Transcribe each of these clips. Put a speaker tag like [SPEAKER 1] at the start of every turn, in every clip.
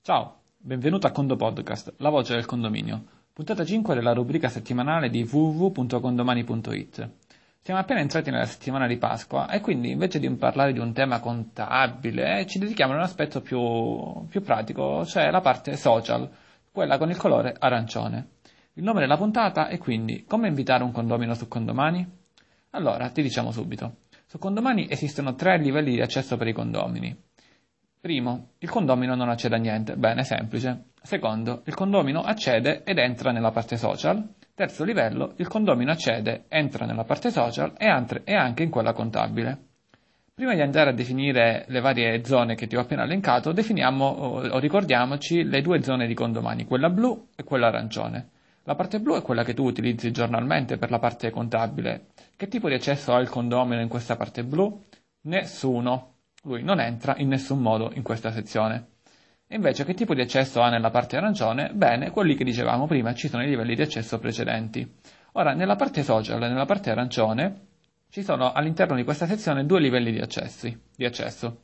[SPEAKER 1] Ciao, benvenuto a Condo Podcast, la voce del condominio, puntata 5 della rubrica settimanale di www.condomani.it. Siamo appena entrati nella settimana di Pasqua e quindi invece di parlare di un tema contabile ci dedichiamo a un aspetto più pratico, cioè la parte social, quella con il colore arancione. Il nome della puntata è quindi Come invitare un condomino su Condomani? Allora, ti diciamo subito. Su Condomani esistono 3 livelli di accesso per i condomini. Primo, il condomino non accede a niente. Bene, semplice. Secondo, il condomino accede ed entra nella parte social. Terzo livello, il condomino accede, entra nella parte social e anche in quella contabile. Prima di andare a definire le varie zone che ti ho appena elencato, definiamo o ricordiamoci le 2 zone di condomani, quella blu e quella arancione. La parte blu è quella che tu utilizzi giornalmente per la parte contabile. Che tipo di accesso ha il condomino in questa parte blu? Nessuno. Lui non entra in nessun modo in questa sezione. E invece che tipo di accesso ha nella parte arancione? Bene, quelli che dicevamo prima, ci sono i livelli di accesso precedenti. Ora, nella parte social e nella parte arancione ci sono all'interno di questa sezione 2 livelli di accesso.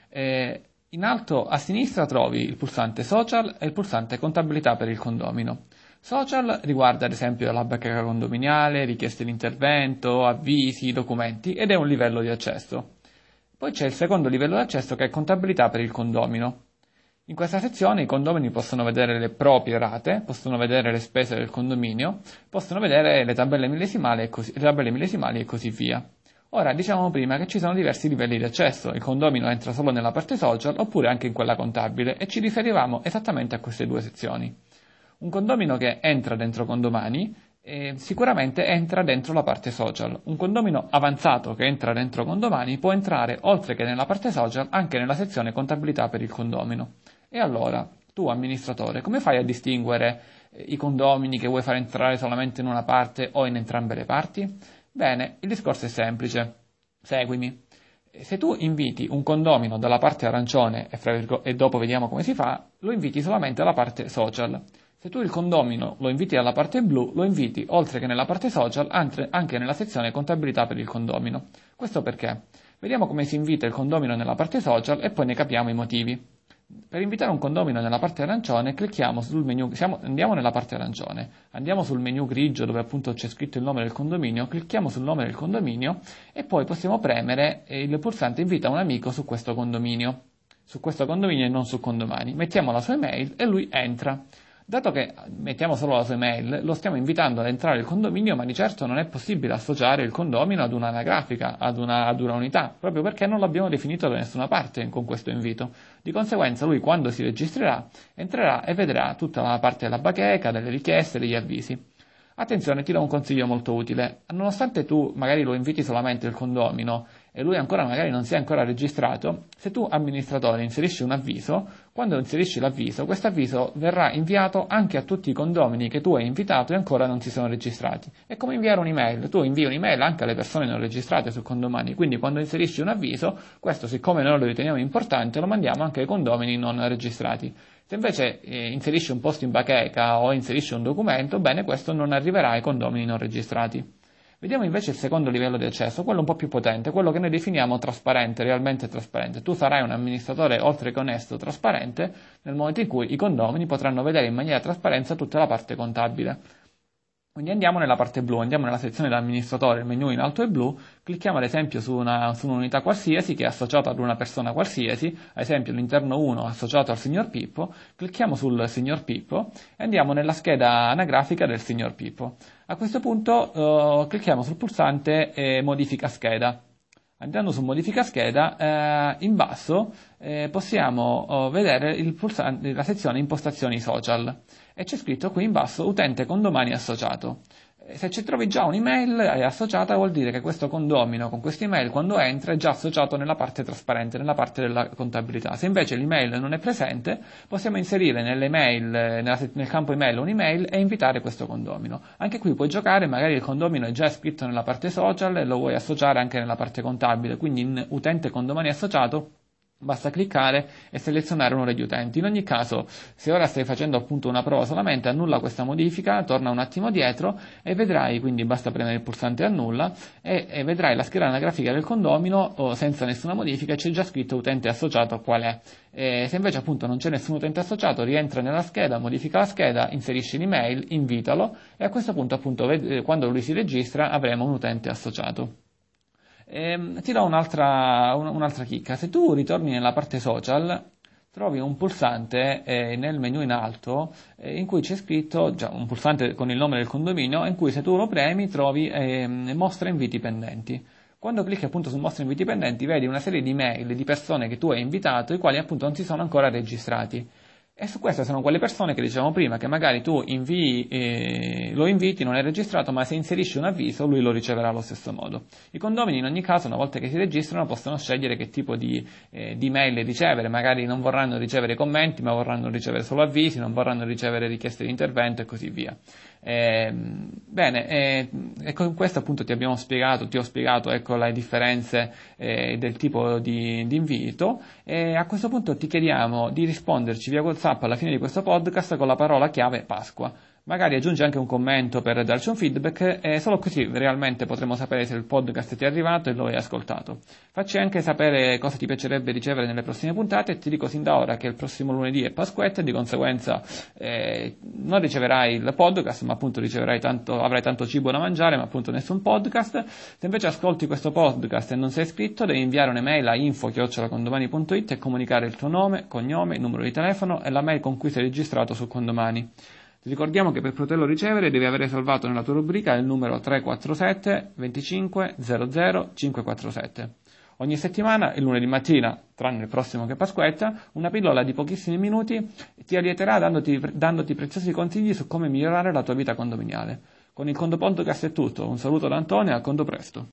[SPEAKER 1] In alto a sinistra trovi il pulsante social e il pulsante contabilità per il condomino. Social riguarda ad esempio la bacheca condominiale, richieste di intervento, avvisi, documenti ed è un livello di accesso. Poi c'è il secondo livello di accesso che è contabilità per il condomino. In questa sezione i condomini possono vedere le proprie rate, possono vedere le spese del condominio, possono vedere le tabelle millesimali e così via. Ora, dicevamo prima che ci sono diversi livelli di accesso, il condomino entra solo nella parte social oppure anche in quella contabile e ci riferivamo esattamente a queste 2 sezioni. Un condomino che entra dentro Condomani sicuramente entra dentro la parte social. Un condomino avanzato che entra dentro Condomani può entrare, oltre che nella parte social, anche nella sezione contabilità per il condomino. E allora, tu amministratore, come fai a distinguere i condomini che vuoi far entrare solamente in una parte o in entrambe le parti? Bene, il discorso è semplice. Seguimi. Se tu inviti un condomino dalla parte arancione, e dopo vediamo come si fa, lo inviti solamente alla parte social. Se tu il condomino lo inviti alla parte blu, lo inviti, oltre che nella parte social, anche nella sezione contabilità per il condomino. Questo perché? Vediamo come si invita il condomino nella parte social e poi ne capiamo i motivi. Per invitare un condomino nella parte arancione, clicchiamo sul menu, andiamo nella parte arancione, andiamo sul menu grigio dove appunto c'è scritto il nome del condominio, clicchiamo sul nome del condominio e poi possiamo premere il pulsante invita un amico su questo condominio e non su Condomani. Mettiamo la sua email e lui entra. Dato che mettiamo solo la sua email, lo stiamo invitando ad entrare nel condominio, ma di certo non è possibile associare il condomino ad un'anagrafica, ad una unità, proprio perché non l'abbiamo definito da nessuna parte con questo invito. Di conseguenza lui quando si registrerà, entrerà e vedrà tutta la parte della bacheca, delle richieste, degli avvisi. Attenzione, ti do un consiglio molto utile. Nonostante tu magari lo inviti solamente il condomino e lui ancora magari non si è ancora registrato, se tu amministratore inserisci un avviso, quando inserisci l'avviso, questo avviso verrà inviato anche a tutti i condomini che tu hai invitato e ancora non si sono registrati. È come inviare un'email, tu invii un'email anche alle persone non registrate su Condomani, quindi quando inserisci un avviso, questo siccome noi lo riteniamo importante, lo mandiamo anche ai condomini non registrati. Se invece inserisci un post in bacheca o inserisci un documento, bene, questo non arriverà ai condomini non registrati. Vediamo invece il secondo livello di accesso, quello un po' più potente, quello che noi definiamo trasparente, realmente trasparente. Tu sarai un amministratore oltre che onesto, trasparente, nel momento in cui i condomini potranno vedere in maniera trasparente tutta la parte contabile. Quindi andiamo nella parte blu, andiamo nella sezione dell'amministratore, il menu in alto è blu, clicchiamo ad esempio su un'unità qualsiasi che è associata ad una persona qualsiasi, ad esempio l'interno 1 associato al signor Pippo, clicchiamo sul signor Pippo e andiamo nella scheda anagrafica del signor Pippo. A questo punto clicchiamo sul pulsante modifica scheda. Andando su modifica scheda, in basso possiamo vedere la sezione impostazioni social e c'è scritto qui in basso utente condomani associato. Se ci trovi già un'email associata vuol dire che questo condomino con questa email quando entra è già associato nella parte trasparente, nella parte della contabilità. Se invece l'email non è presente possiamo inserire nel campo email un'email e invitare questo condomino. Anche qui puoi giocare, magari il condomino è già iscritto nella parte social e lo vuoi associare anche nella parte contabile, quindi in utente condomani associato Basta cliccare e selezionare uno degli utenti. In ogni caso, se ora stai facendo appunto una prova solamente, annulla questa modifica, torna un attimo dietro e vedrai, quindi basta premere il pulsante annulla e vedrai la scheda anagrafica del condomino senza nessuna modifica, c'è già scritto utente associato qual è. Se invece appunto non c'è nessun utente associato, rientra nella scheda, modifica la scheda, inserisci l'email, invitalo e a questo punto appunto quando lui si registra avremo un utente associato. Ti do un'altra chicca. Se tu ritorni nella parte social, trovi un pulsante nel menu in alto in cui c'è scritto, già un pulsante con il nome del condominio, in cui se tu lo premi trovi mostra inviti pendenti. Quando clicchi appunto su mostra inviti pendenti vedi una serie di mail di persone che tu hai invitato, i quali appunto non si sono ancora registrati. E su queste sono quelle persone che dicevamo prima, che magari tu lo inviti, non è registrato, ma se inserisci un avviso lui lo riceverà allo stesso modo. I condomini in ogni caso, una volta che si registrano, possono scegliere che tipo di mail ricevere, magari non vorranno ricevere commenti, ma vorranno ricevere solo avvisi, non vorranno ricevere richieste di intervento e così via. E con questo appunto ti ho spiegato ecco le differenze del tipo di invito e a questo punto ti chiediamo di risponderci via WhatsApp alla fine di questo podcast con la parola chiave Pasqua. Magari aggiungi anche un commento per darci un feedback e solo così realmente potremo sapere se il podcast ti è arrivato e lo hai ascoltato. Facci anche sapere cosa ti piacerebbe ricevere nelle prossime puntate e ti dico sin da ora che il prossimo lunedì è Pasquetta e di conseguenza non riceverai il podcast, ma appunto avrai tanto cibo da mangiare, ma appunto nessun podcast. Se invece ascolti questo podcast e non sei iscritto, devi inviare un'email a info@condomani.it e comunicare il tuo nome, cognome, il numero di telefono e la mail con cui sei registrato su Condomani. Ti ricordiamo che per poterlo ricevere devi avere salvato nella tua rubrica il numero 347 25 00 547. Ogni settimana, il lunedì mattina, tranne il prossimo che è Pasquetta, una pillola di pochissimi minuti ti allieterà dandoti preziosi consigli su come migliorare la tua vita condominiale. Con il Condo Podcast è tutto, un saluto da Antonio e a Condo presto.